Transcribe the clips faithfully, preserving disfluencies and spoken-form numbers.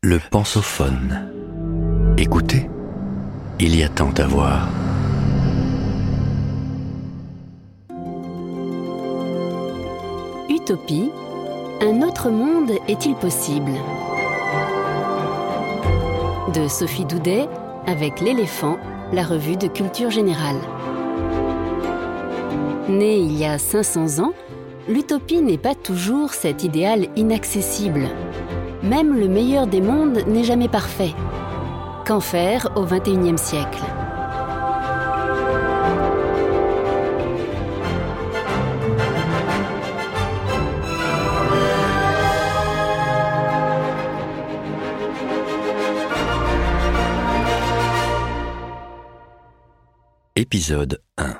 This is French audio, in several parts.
Le pensophone. Écoutez, il y a tant à voir. Utopie, un autre monde est-il possible ? De Sophie Doudet, avec L'éléphant, la revue de culture générale. Née il y a cinq cents ans, l'utopie n'est pas toujours cet idéal inaccessible. Même le meilleur des mondes n'est jamais parfait. Qu'en faire au vingt et unième siècle ? Épisode un.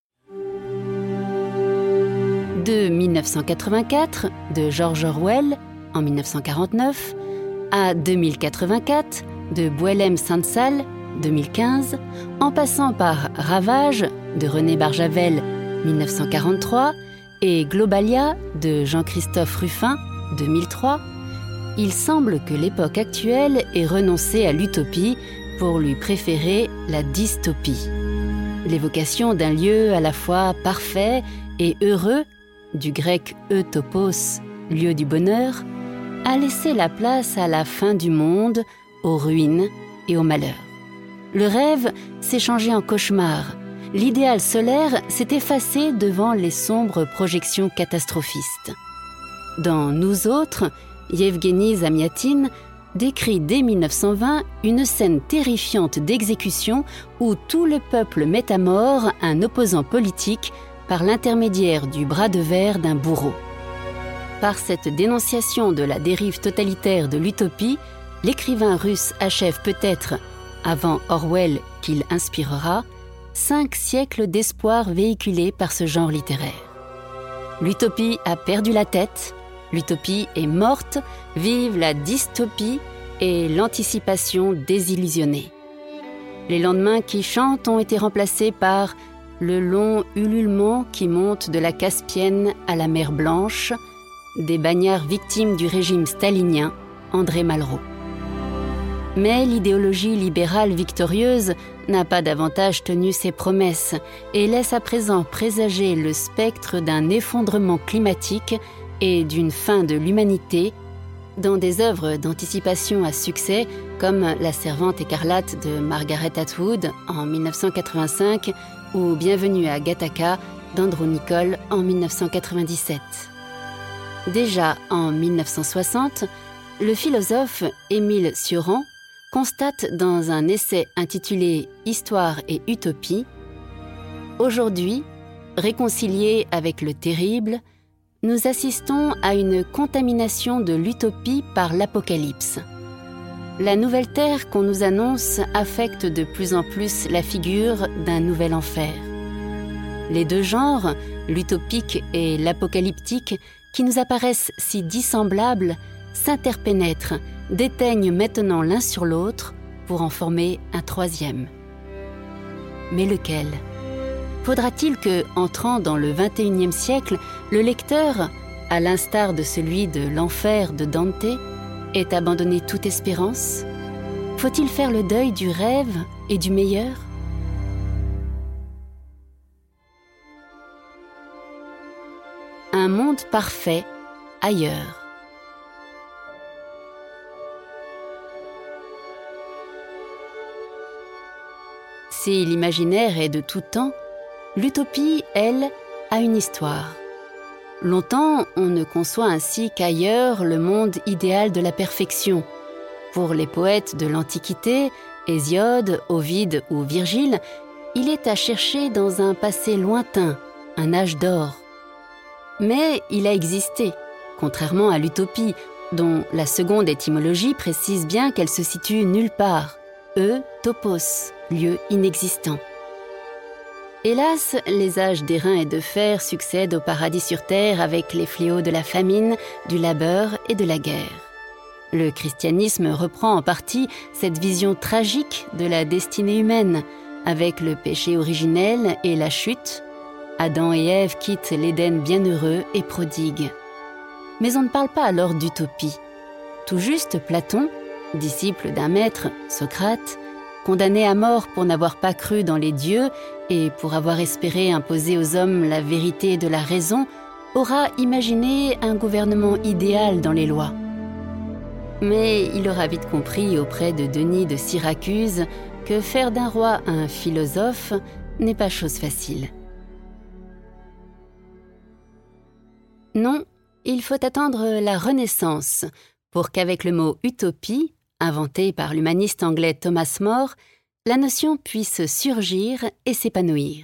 De mille neuf cent quatre-vingt-quatre, de George Orwell, en mille neuf cent quarante-neuf, à deux mille quatre-vingt-quatre, de Boualem Sansal, deux mille quinze, en passant par Ravage, de René Barjavel, mille neuf cent quarante-trois, et Globalia, de Jean-Christophe Ruffin, deux mille trois, il semble que l'époque actuelle ait renoncé à l'utopie pour lui préférer la dystopie. L'évocation d'un lieu à la fois parfait et heureux, du grec eutopos, lieu du bonheur, a laissé la place à la fin du monde, aux ruines et au malheur. Le rêve s'est changé en cauchemar. L'idéal solaire s'est effacé devant les sombres projections catastrophistes. Dans Nous autres, Yevgeny Zamyatin décrit dès mille neuf cent vingt une scène terrifiante d'exécution où tout le peuple met à mort un opposant politique par l'intermédiaire du bras de fer d'un bourreau. Par cette dénonciation de la dérive totalitaire de l'utopie, l'écrivain russe achève peut-être, avant Orwell qu'il inspirera, cinq siècles d'espoir véhiculés par ce genre littéraire. L'utopie a perdu la tête, l'utopie est morte, vive la dystopie et l'anticipation désillusionnée. Les lendemains qui chantent ont été remplacés par le long ululement qui monte de la Caspienne à la mer Blanche, des bagnards victimes du régime stalinien, André Malraux. Mais l'idéologie libérale victorieuse n'a pas davantage tenu ses promesses et laisse à présent présager le spectre d'un effondrement climatique et d'une fin de l'humanité dans des œuvres d'anticipation à succès comme La Servante écarlate de Margaret Atwood en mille neuf cent quatre-vingt-cinq ou Bienvenue à Gattaca d'Andrew Niccol en mille neuf cent quatre-vingt-dix-sept. Déjà en mille neuf cent soixante, le philosophe Émile Cioran constate dans un essai intitulé « Histoire et utopie » : « Aujourd'hui, réconciliés avec le terrible, nous assistons à une contamination de l'utopie par l'apocalypse. La nouvelle terre qu'on nous annonce affecte de plus en plus la figure d'un nouvel enfer. Les deux genres, l'utopique et l'apocalyptique, qui nous apparaissent si dissemblables, s'interpénètrent, déteignent maintenant l'un sur l'autre pour en former un troisième. Mais lequel ? Faudra-t-il que, entrant dans le vingt et unième siècle, le lecteur, à l'instar de celui de l'enfer de Dante, ait abandonné toute espérance ? Faut-il faire le deuil du rêve et du meilleur ? Un monde parfait, ailleurs. Si l'imaginaire est de tout temps, l'utopie, elle, a une histoire. Longtemps, on ne conçoit ainsi qu'ailleurs le monde idéal de la perfection. Pour les poètes de l'Antiquité, Hésiode, Ovide ou Virgile, il est à chercher dans un passé lointain, un âge d'or. Mais il a existé, contrairement à l'utopie, dont la seconde étymologie précise bien qu'elle se situe nulle part, e topos, lieu inexistant. Hélas, les âges d'airain et de fer succèdent au paradis sur terre avec les fléaux de la famine, du labeur et de la guerre. Le christianisme reprend en partie cette vision tragique de la destinée humaine, avec le péché originel et la chute. Adam et Ève quittent l'Éden bienheureux et prodigue. Mais on ne parle pas alors d'utopie. Tout juste Platon, disciple d'un maître, Socrate, condamné à mort pour n'avoir pas cru dans les dieux et pour avoir espéré imposer aux hommes la vérité de la raison, aura imaginé un gouvernement idéal dans les lois. Mais il aura vite compris auprès de Denis de Syracuse que faire d'un roi un philosophe n'est pas chose facile. Non, il faut attendre la Renaissance pour qu'avec le mot « utopie », inventé par l'humaniste anglais Thomas More, la notion puisse surgir et s'épanouir.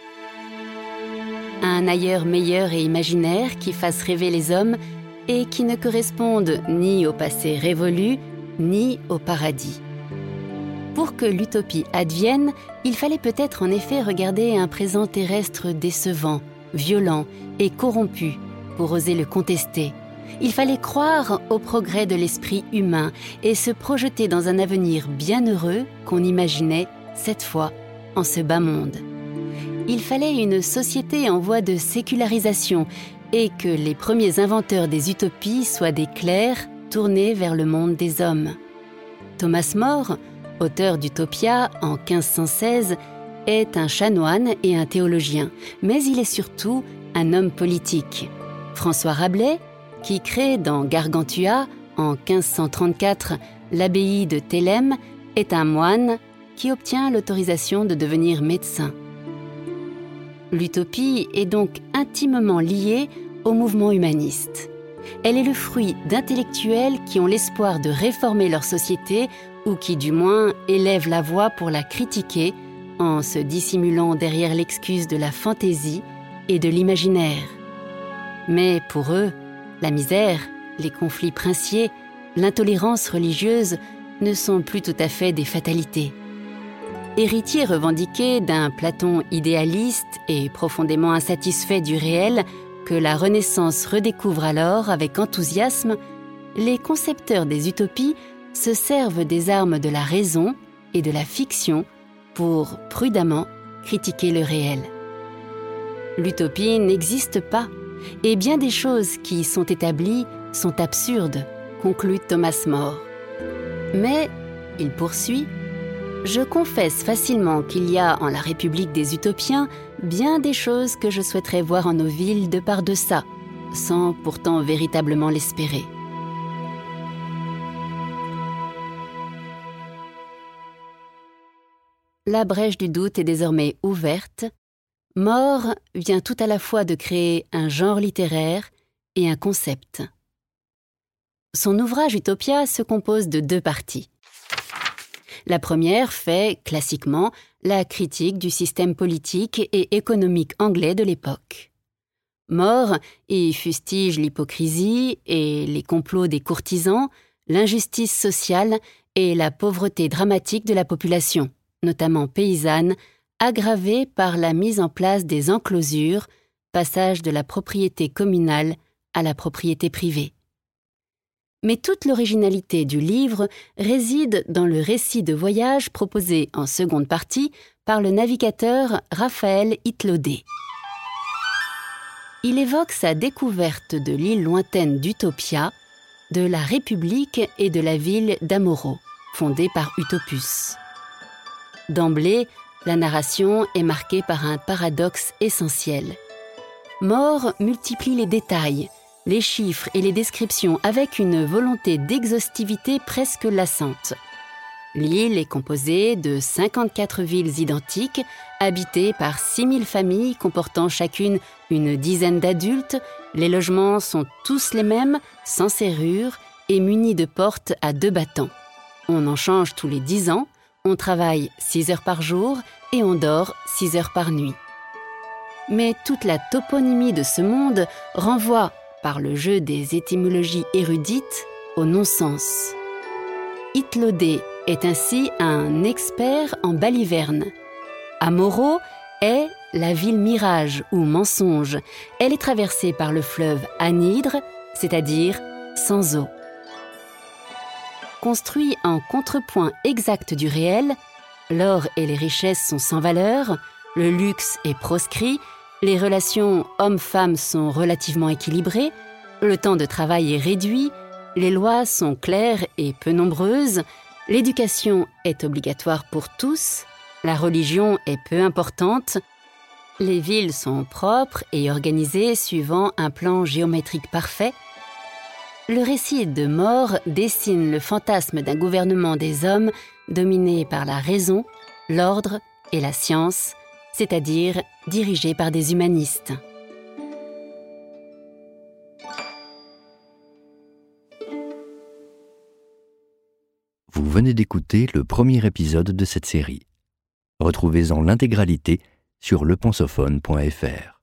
Un ailleurs meilleur et imaginaire qui fasse rêver les hommes et qui ne corresponde ni au passé révolu, ni au paradis. Pour que l'utopie advienne, il fallait peut-être en effet regarder un présent terrestre décevant, violent et corrompu pour oser le contester. Il fallait croire au progrès de l'esprit humain et se projeter dans un avenir bienheureux qu'on imaginait, cette fois, en ce bas monde. Il fallait une société en voie de sécularisation et que les premiers inventeurs des utopies soient des clercs tournés vers le monde des hommes. Thomas More, auteur d'Utopia en quinze cent seize, est un chanoine et un théologien, mais il est surtout un homme politique. François Rabelais, qui crée dans Gargantua, en quinze cent trente-quatre, l'abbaye de Thélème, est un moine qui obtient l'autorisation de devenir médecin. L'utopie est donc intimement liée au mouvement humaniste. Elle est le fruit d'intellectuels qui ont l'espoir de réformer leur société ou qui, du moins, élèvent la voix pour la critiquer en se dissimulant derrière l'excuse de la fantaisie et de l'imaginaire. Mais pour eux, la misère, les conflits princiers, l'intolérance religieuse ne sont plus tout à fait des fatalités. Héritier revendiqué d'un Platon idéaliste et profondément insatisfait du réel, que la Renaissance redécouvre alors avec enthousiasme, les concepteurs des utopies se servent des armes de la raison et de la fiction pour, prudemment, critiquer le réel. L'utopie n'existe pas, et bien des choses qui y sont établies sont absurdes, conclut Thomas More. Mais, il poursuit, « Je confesse facilement qu'il y a en la République des Utopiens bien des choses que je souhaiterais voir en nos villes de par deçà, sans pourtant véritablement l'espérer. » La brèche du doute est désormais ouverte. More vient tout à la fois de créer un genre littéraire et un concept. Son ouvrage Utopia se compose de deux parties. La première fait, classiquement, la critique du système politique et économique anglais de l'époque. More y fustige l'hypocrisie et les complots des courtisans, l'injustice sociale et la pauvreté dramatique de la population, notamment paysanne, aggravée par la mise en place des enclosures, passage de la propriété communale à la propriété privée. Mais toute l'originalité du livre réside dans le récit de voyage proposé en seconde partie par le navigateur Raphaël Itlodé. Il évoque sa découverte de l'île lointaine d'Utopia, de la République et de la ville d'Amoro, fondée par Utopus. D'emblée, la narration est marquée par un paradoxe essentiel. More multiplie les détails, les chiffres et les descriptions avec une volonté d'exhaustivité presque lassante. L'île est composée de cinquante-quatre villes identiques, habitées par six mille familles comportant chacune une dizaine d'adultes. Les logements sont tous les mêmes, sans serrure et munis de portes à deux battants. On en change tous les dix ans, on travaille six heures par jour et on dort six heures par nuit. Mais toute la toponymie de ce monde renvoie, par le jeu des étymologies érudites, au non-sens. Itlodé est ainsi un expert en balivernes. Amoro est la ville mirage ou mensonge. Elle est traversée par le fleuve Anhydre, c'est-à-dire sans eau. Construit en contrepoint exact du réel, l'or et les richesses sont sans valeur, le luxe est proscrit, les relations hommes-femmes sont relativement équilibrées, le temps de travail est réduit, Les lois sont claires et peu nombreuses, l'éducation est obligatoire pour tous, la religion est peu importante, les villes sont propres et organisées suivant un plan géométrique parfait. Le récit de mort dessine le fantasme d'un gouvernement des hommes dominé par la raison, l'ordre et la science, c'est-à-dire dirigé par des humanistes. Vous venez d'écouter le premier épisode de cette série. Retrouvez-en l'intégralité sur le pensophone point f r.